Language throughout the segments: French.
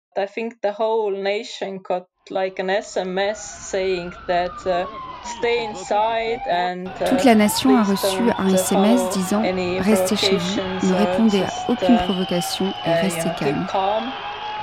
I think the whole nation got like an SMS saying that stay inside and Toute la nation a please reçu un don't SMS follow disant any « Restez chez vous, provocations ne or répondez à just aucune provocation et restez keep calme. » calm.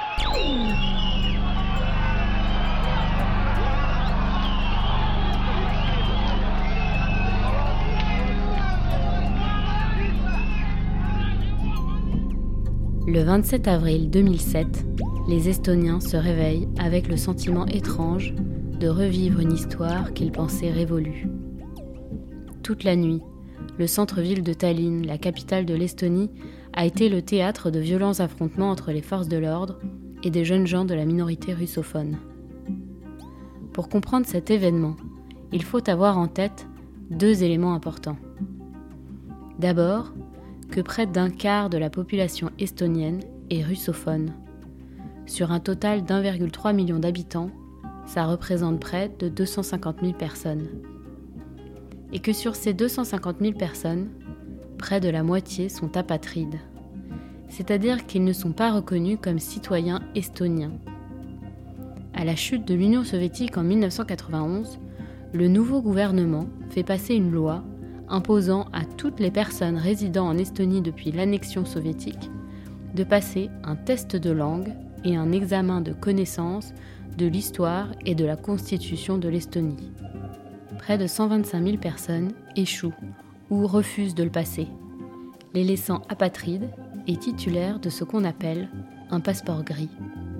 Le 27 avril 2007, les Estoniens se réveillent avec le sentiment étrange de revivre une histoire qu'ils pensaient révolue. Toute la nuit, le centre-ville de Tallinn, la capitale de l'Estonie, a été le théâtre de violents affrontements entre les forces de l'ordre et des jeunes gens de la minorité russophone. Pour comprendre cet événement, il faut avoir en tête 2 éléments importants. D'abord, que près d'un quart de la population estonienne est russophone. Sur un total d'1,3 million d'habitants, ça représente près de 250 000 personnes. Et que sur ces 250 000 personnes, près de la moitié sont apatrides, c'est-à-dire qu'ils ne sont pas reconnus comme citoyens estoniens. À la chute de l'Union soviétique en 1991, le nouveau gouvernement fait passer une loi imposant à toutes les personnes résidant en Estonie depuis l'annexion soviétique de passer un test de langue et un examen de connaissance de l'histoire et de la constitution de l'Estonie. Près de 125 000 personnes échouent ou refusent de le passer, les laissant apatrides et titulaires de ce qu'on appelle un passeport gris.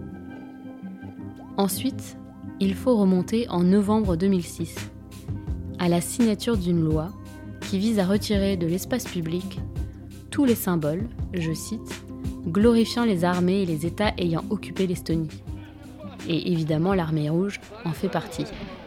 Ensuite, il faut remonter en novembre 2006, à la signature d'une loi qui vise à retirer de l'espace public tous les symboles, je cite, glorifiant les armées et les États ayant occupé l'Estonie. Et évidemment, l'Armée rouge en fait partie.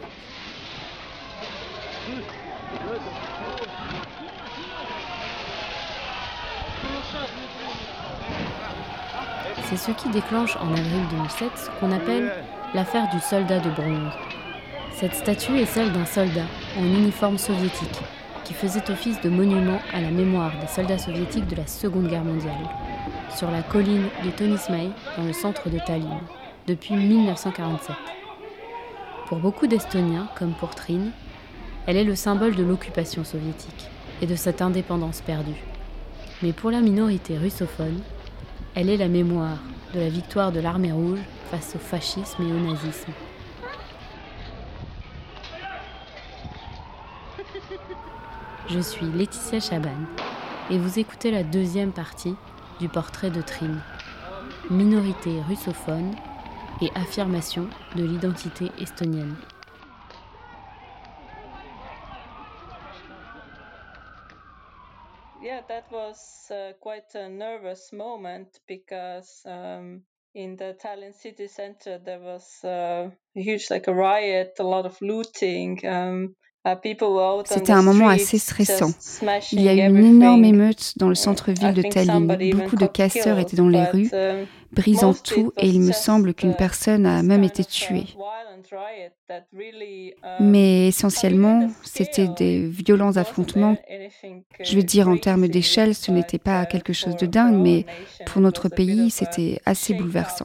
C'est ce qui déclenche en avril 2007 ce qu'on appelle l'affaire du soldat de bronze. Cette statue est celle d'un soldat en uniforme soviétique qui faisait office de monument à la mémoire des soldats soviétiques de la Seconde Guerre mondiale, sur la colline de Tonismäe dans le centre de Tallinn, depuis 1947. Pour beaucoup d'Estoniens, comme pour Triin, elle est le symbole de l'occupation soviétique et de cette indépendance perdue. Mais pour la minorité russophone, elle est la mémoire de la victoire de l'Armée rouge face au fascisme et au nazisme. Je suis Laetitia Chaban et vous écoutez la 2e partie du portrait de Triin, minorité russophone et affirmation de l'identité estonienne. Yeah, that was quite a nervous moment because in the Tallinn city center there was a huge a riot, a lot of looting. C'était un moment assez stressant. Il y a eu une énorme émeute dans le centre-ville de Tallinn. Beaucoup de casseurs étaient dans les rues, brisant tout, et il me semble qu'une personne a même été tuée. Mais essentiellement, c'était des violents affrontements. Je veux dire, en termes d'échelle, ce n'était pas quelque chose de dingue, mais pour notre pays, c'était assez bouleversant.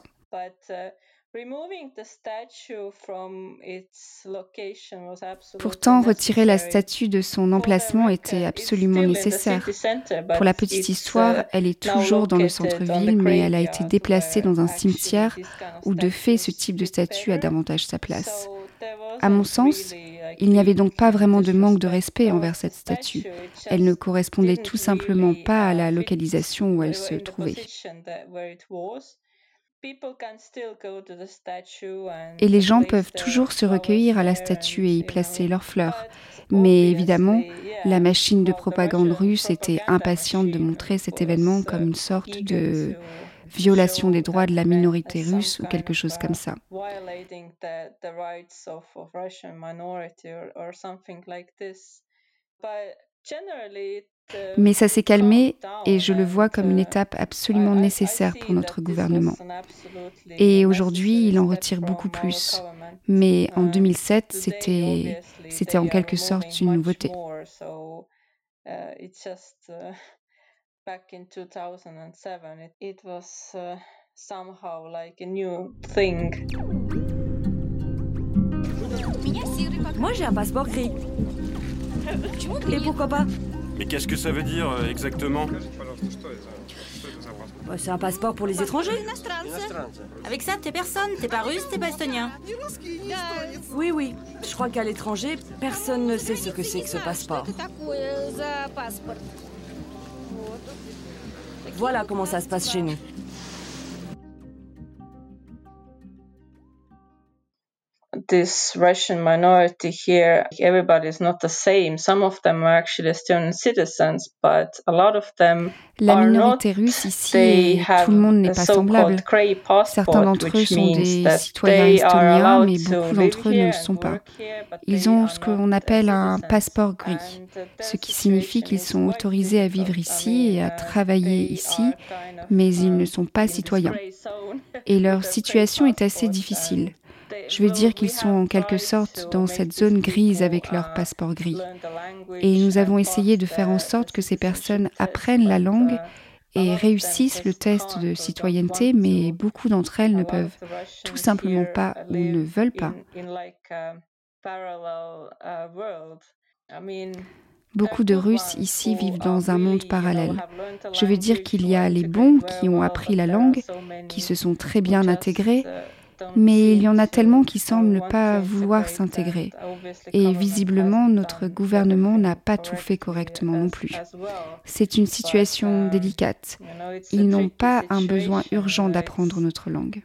Pourtant, retirer la statue de son emplacement était absolument nécessaire. Pour la petite histoire, elle est toujours dans le centre-ville, mais elle a été déplacée dans un cimetière où, de fait, ce type de statue a davantage sa place. À mon sens, il n'y avait donc pas vraiment de manque de respect envers cette statue. Elle ne correspondait tout simplement pas à la localisation où elle se trouvait. Et les gens peuvent toujours se recueillir à la statue et y placer leurs fleurs. Mais évidemment, la machine de propagande russe était impatiente de montrer cet événement comme une sorte de violation des droits de la minorité russe ou quelque chose comme ça. Mais ça s'est calmé et je le vois comme une étape absolument nécessaire pour notre gouvernement. Et aujourd'hui, il en retire beaucoup plus. Mais en 2007, c'était en quelque sorte une nouveauté. Back in 2007, it was somehow like a new thing. Moi, j'ai un passeport gris. Et pourquoi pas? Mais qu'est-ce que ça veut dire exactement? C'est un passeport pour les étrangers. Avec ça, t'es personne, t'es pas russe, t'es pas estonien. Oui, je crois qu'à l'étranger, personne ne sait ce que c'est que ce passeport. Voilà comment ça se passe chez nous. This Russian minority here, everybody is not the same. Some of them are actually Estonian citizens, but a lot of them La are minorité not. russe ici, They tout le monde n'est have pas a semblable. so-called grey Certains passport, d'entre eux which sont means des that citoyens they are estoniens, allowed mais to beaucoup live d'entre eux ne here le and sont pas. work here, but Ils they ont are ce qu'on not appelle un citizens. passeport gris, And ce their qui signifie qu'ils situation sont is quite autorisés à vivre difficult. I ici et à mean, travailler they ici, are kind of, mais ils ne sont in pas this citoyens. grey zone Et with leur their grey situation est assez passports, difficile. and Je veux dire we qu'ils sont have en quelque tried sorte to dans make cette these zone grise people, avec leur passeport gris. learn the language Et nous avons and essayé de pass faire en the sorte que ces personnes citizenship test, apprennent la but, langue a et lot of them réussissent le just test can't de or don't citoyenneté, want mais to. beaucoup d'entre elles A ne lot peuvent of the tout Russians simplement here pas ou ne live veulent pas. in like a parallel world. I mean, Beaucoup de Russes ici vivent dans un monde parallèle. Je veux dire qu'il y a les bons qui ont appris la langue, qui se sont très bien intégrés, mais il y en a tellement qui semblent ne pas vouloir s'intégrer. Et visiblement, notre gouvernement n'a pas tout fait correctement non plus. C'est une situation délicate. Ils n'ont pas un besoin urgent d'apprendre notre langue.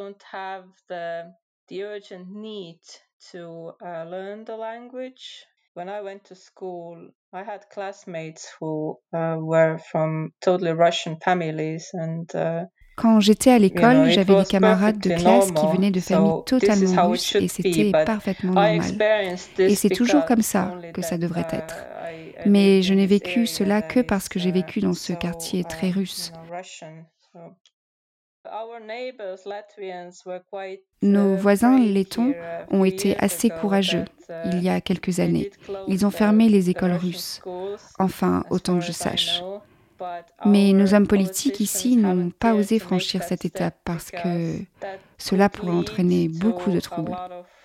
When I went to school, I had classmates who were from totally Russian families and Quand j'étais à l'école, j'avais des camarades de classe qui venaient de familles totalement russes et c'était parfaitement normal. Et c'est toujours comme ça que ça devrait être. Mais je n'ai vécu cela que parce que j'ai vécu dans ce quartier très russe. Nos voisins lettons ont été assez courageux il y a quelques années. Ils ont fermé les écoles russes, enfin autant que je sache. Mais nos hommes politiques ici n'ont pas osé franchir cette étape parce que cela pourrait entraîner beaucoup de troubles.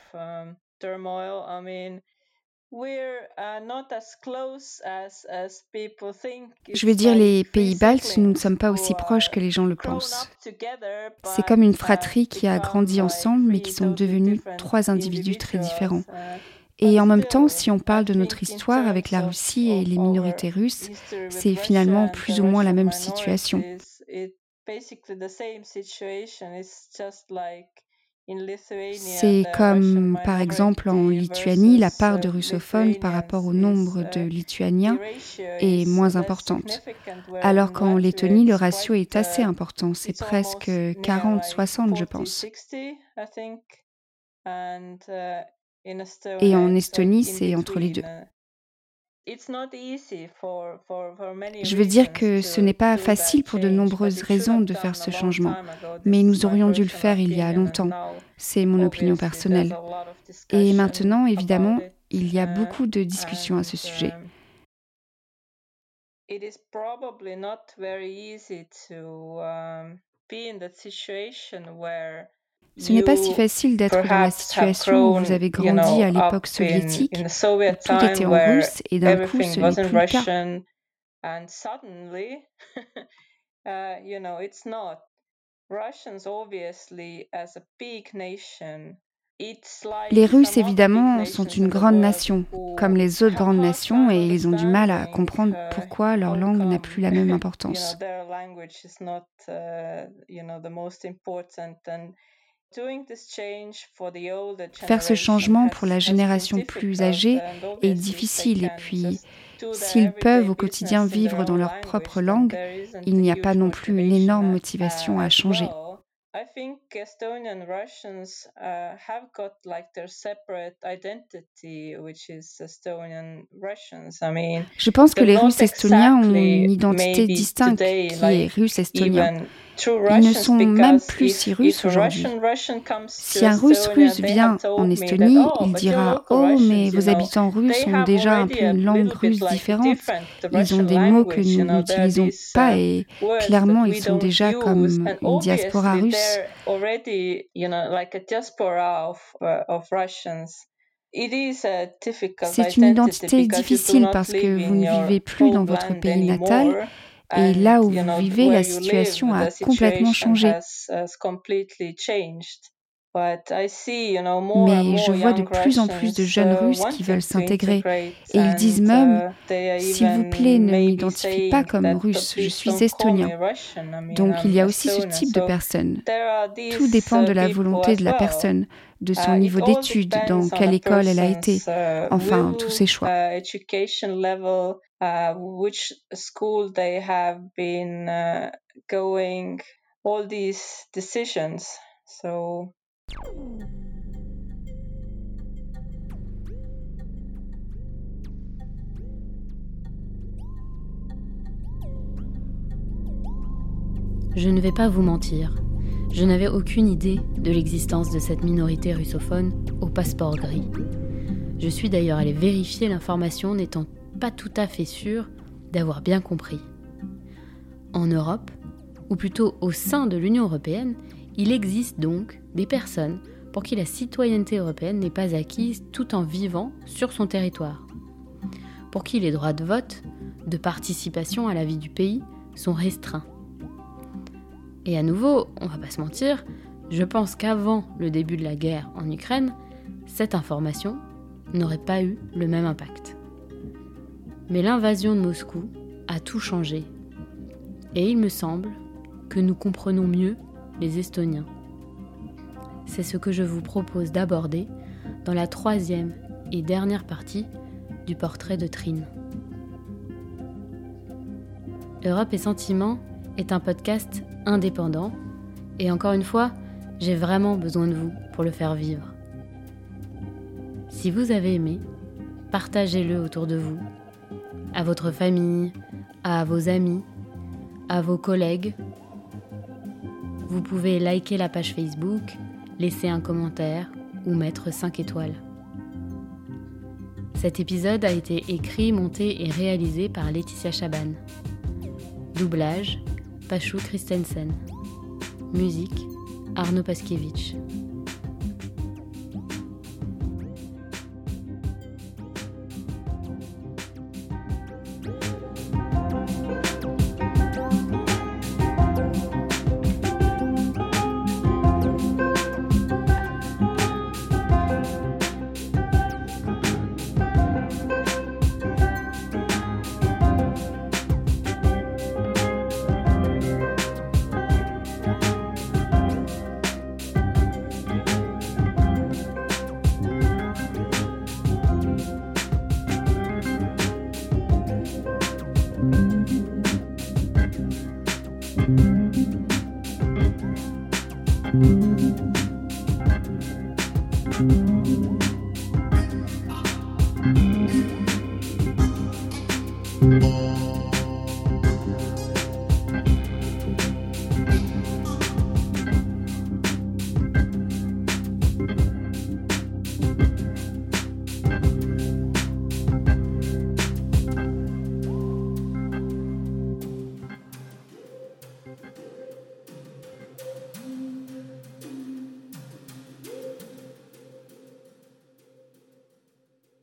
Je veux dire, les pays baltes, nous ne sommes pas aussi proches que les gens le pensent. C'est comme une fratrie qui a grandi ensemble, mais qui sont devenus trois individus très différents. Et en même temps, si on parle de notre histoire avec la Russie et les minorités russes, c'est finalement plus ou moins la même situation. C'est comme, par exemple, en Lituanie, la part de russophones par rapport au nombre de Lituaniens est moins importante. Alors qu'en Lettonie, le ratio est assez important, c'est presque 40-60, je pense. Et en Estonie, c'est entre les deux. Je veux dire que ce n'est pas facile pour de nombreuses raisons de faire ce changement, mais nous aurions dû le faire il y a longtemps. C'est mon opinion personnelle. Et maintenant, évidemment, il y a beaucoup de discussions à ce sujet. Ce n'est pas si facile d'être dans la situation où vous avez grandi à l'époque soviétique, où tout était en russe et d'un coup ce n'est plus le cas. Les Russes, évidemment, sont une grande nation, comme les autres grandes nations, et ils ont du mal à comprendre pourquoi leur langue n'a plus la même importance. Faire ce changement pour la génération plus âgée est difficile et puis, s'ils peuvent au quotidien vivre dans leur propre langue, il n'y a pas non plus une énorme motivation à changer. I think Estonian Russians have got like their separate identity, which is Estonian Russians. I mean, je pense que les Russes estoniens ont une identité distincte qui est russe estonien. Ils ne sont même plus si russes aujourd'hui. Si un russe vient en Estonie, il dira « Oh, mais vos habitants russes ont déjà un peu une langue russe différente. Ils ont des mots que nous n'utilisons pas et clairement, ils sont déjà comme une diaspora russe. » C'est une identité difficile parce que vous ne vivez plus dans votre pays natal. Et là où vous vivez, la situation a complètement changé. Mais je vois de plus en plus de jeunes Russes qui veulent s'intégrer. Et ils disent même « S'il vous plaît, ne m'identifiez pas comme Russe, je suis estonien. » Donc il y a aussi ce type de personnes. Tout dépend de la volonté de la personne, de son niveau d'études, dans quelle école elle a été, enfin tous ses choix. Which school they have been going, all these decisions. So. Je ne vais pas vous mentir, je n'avais aucune idée de l'existence de cette minorité russophone au passeport gris. Je suis d'ailleurs allée vérifier l'information n'étant pas tout à fait sûre d'avoir bien compris. En Europe, ou plutôt au sein de l'Union européenne, il existe donc des personnes pour qui la citoyenneté européenne n'est pas acquise tout en vivant sur son territoire, pour qui les droits de vote, de participation à la vie du pays sont restreints. Et à nouveau, on va pas se mentir, je pense qu'avant le début de la guerre en Ukraine, cette information n'aurait pas eu le même impact. Mais l'invasion de Moscou a tout changé. Et il me semble que nous comprenons mieux les Estoniens. C'est ce que je vous propose d'aborder dans la 3e et dernière partie du portrait de Trine. Europe et Sentiments est un podcast indépendant et encore une fois, j'ai vraiment besoin de vous pour le faire vivre. Si vous avez aimé, partagez-le autour de vous, à votre famille, à vos amis, à vos collègues. Vous pouvez liker la page Facebook, laisser un commentaire ou mettre 5 étoiles. Cet épisode a été écrit, monté et réalisé par Laetitia Chaban. Doublage, Pachou Christensen. Musique, Arnaud Paskiewicz. Thank you.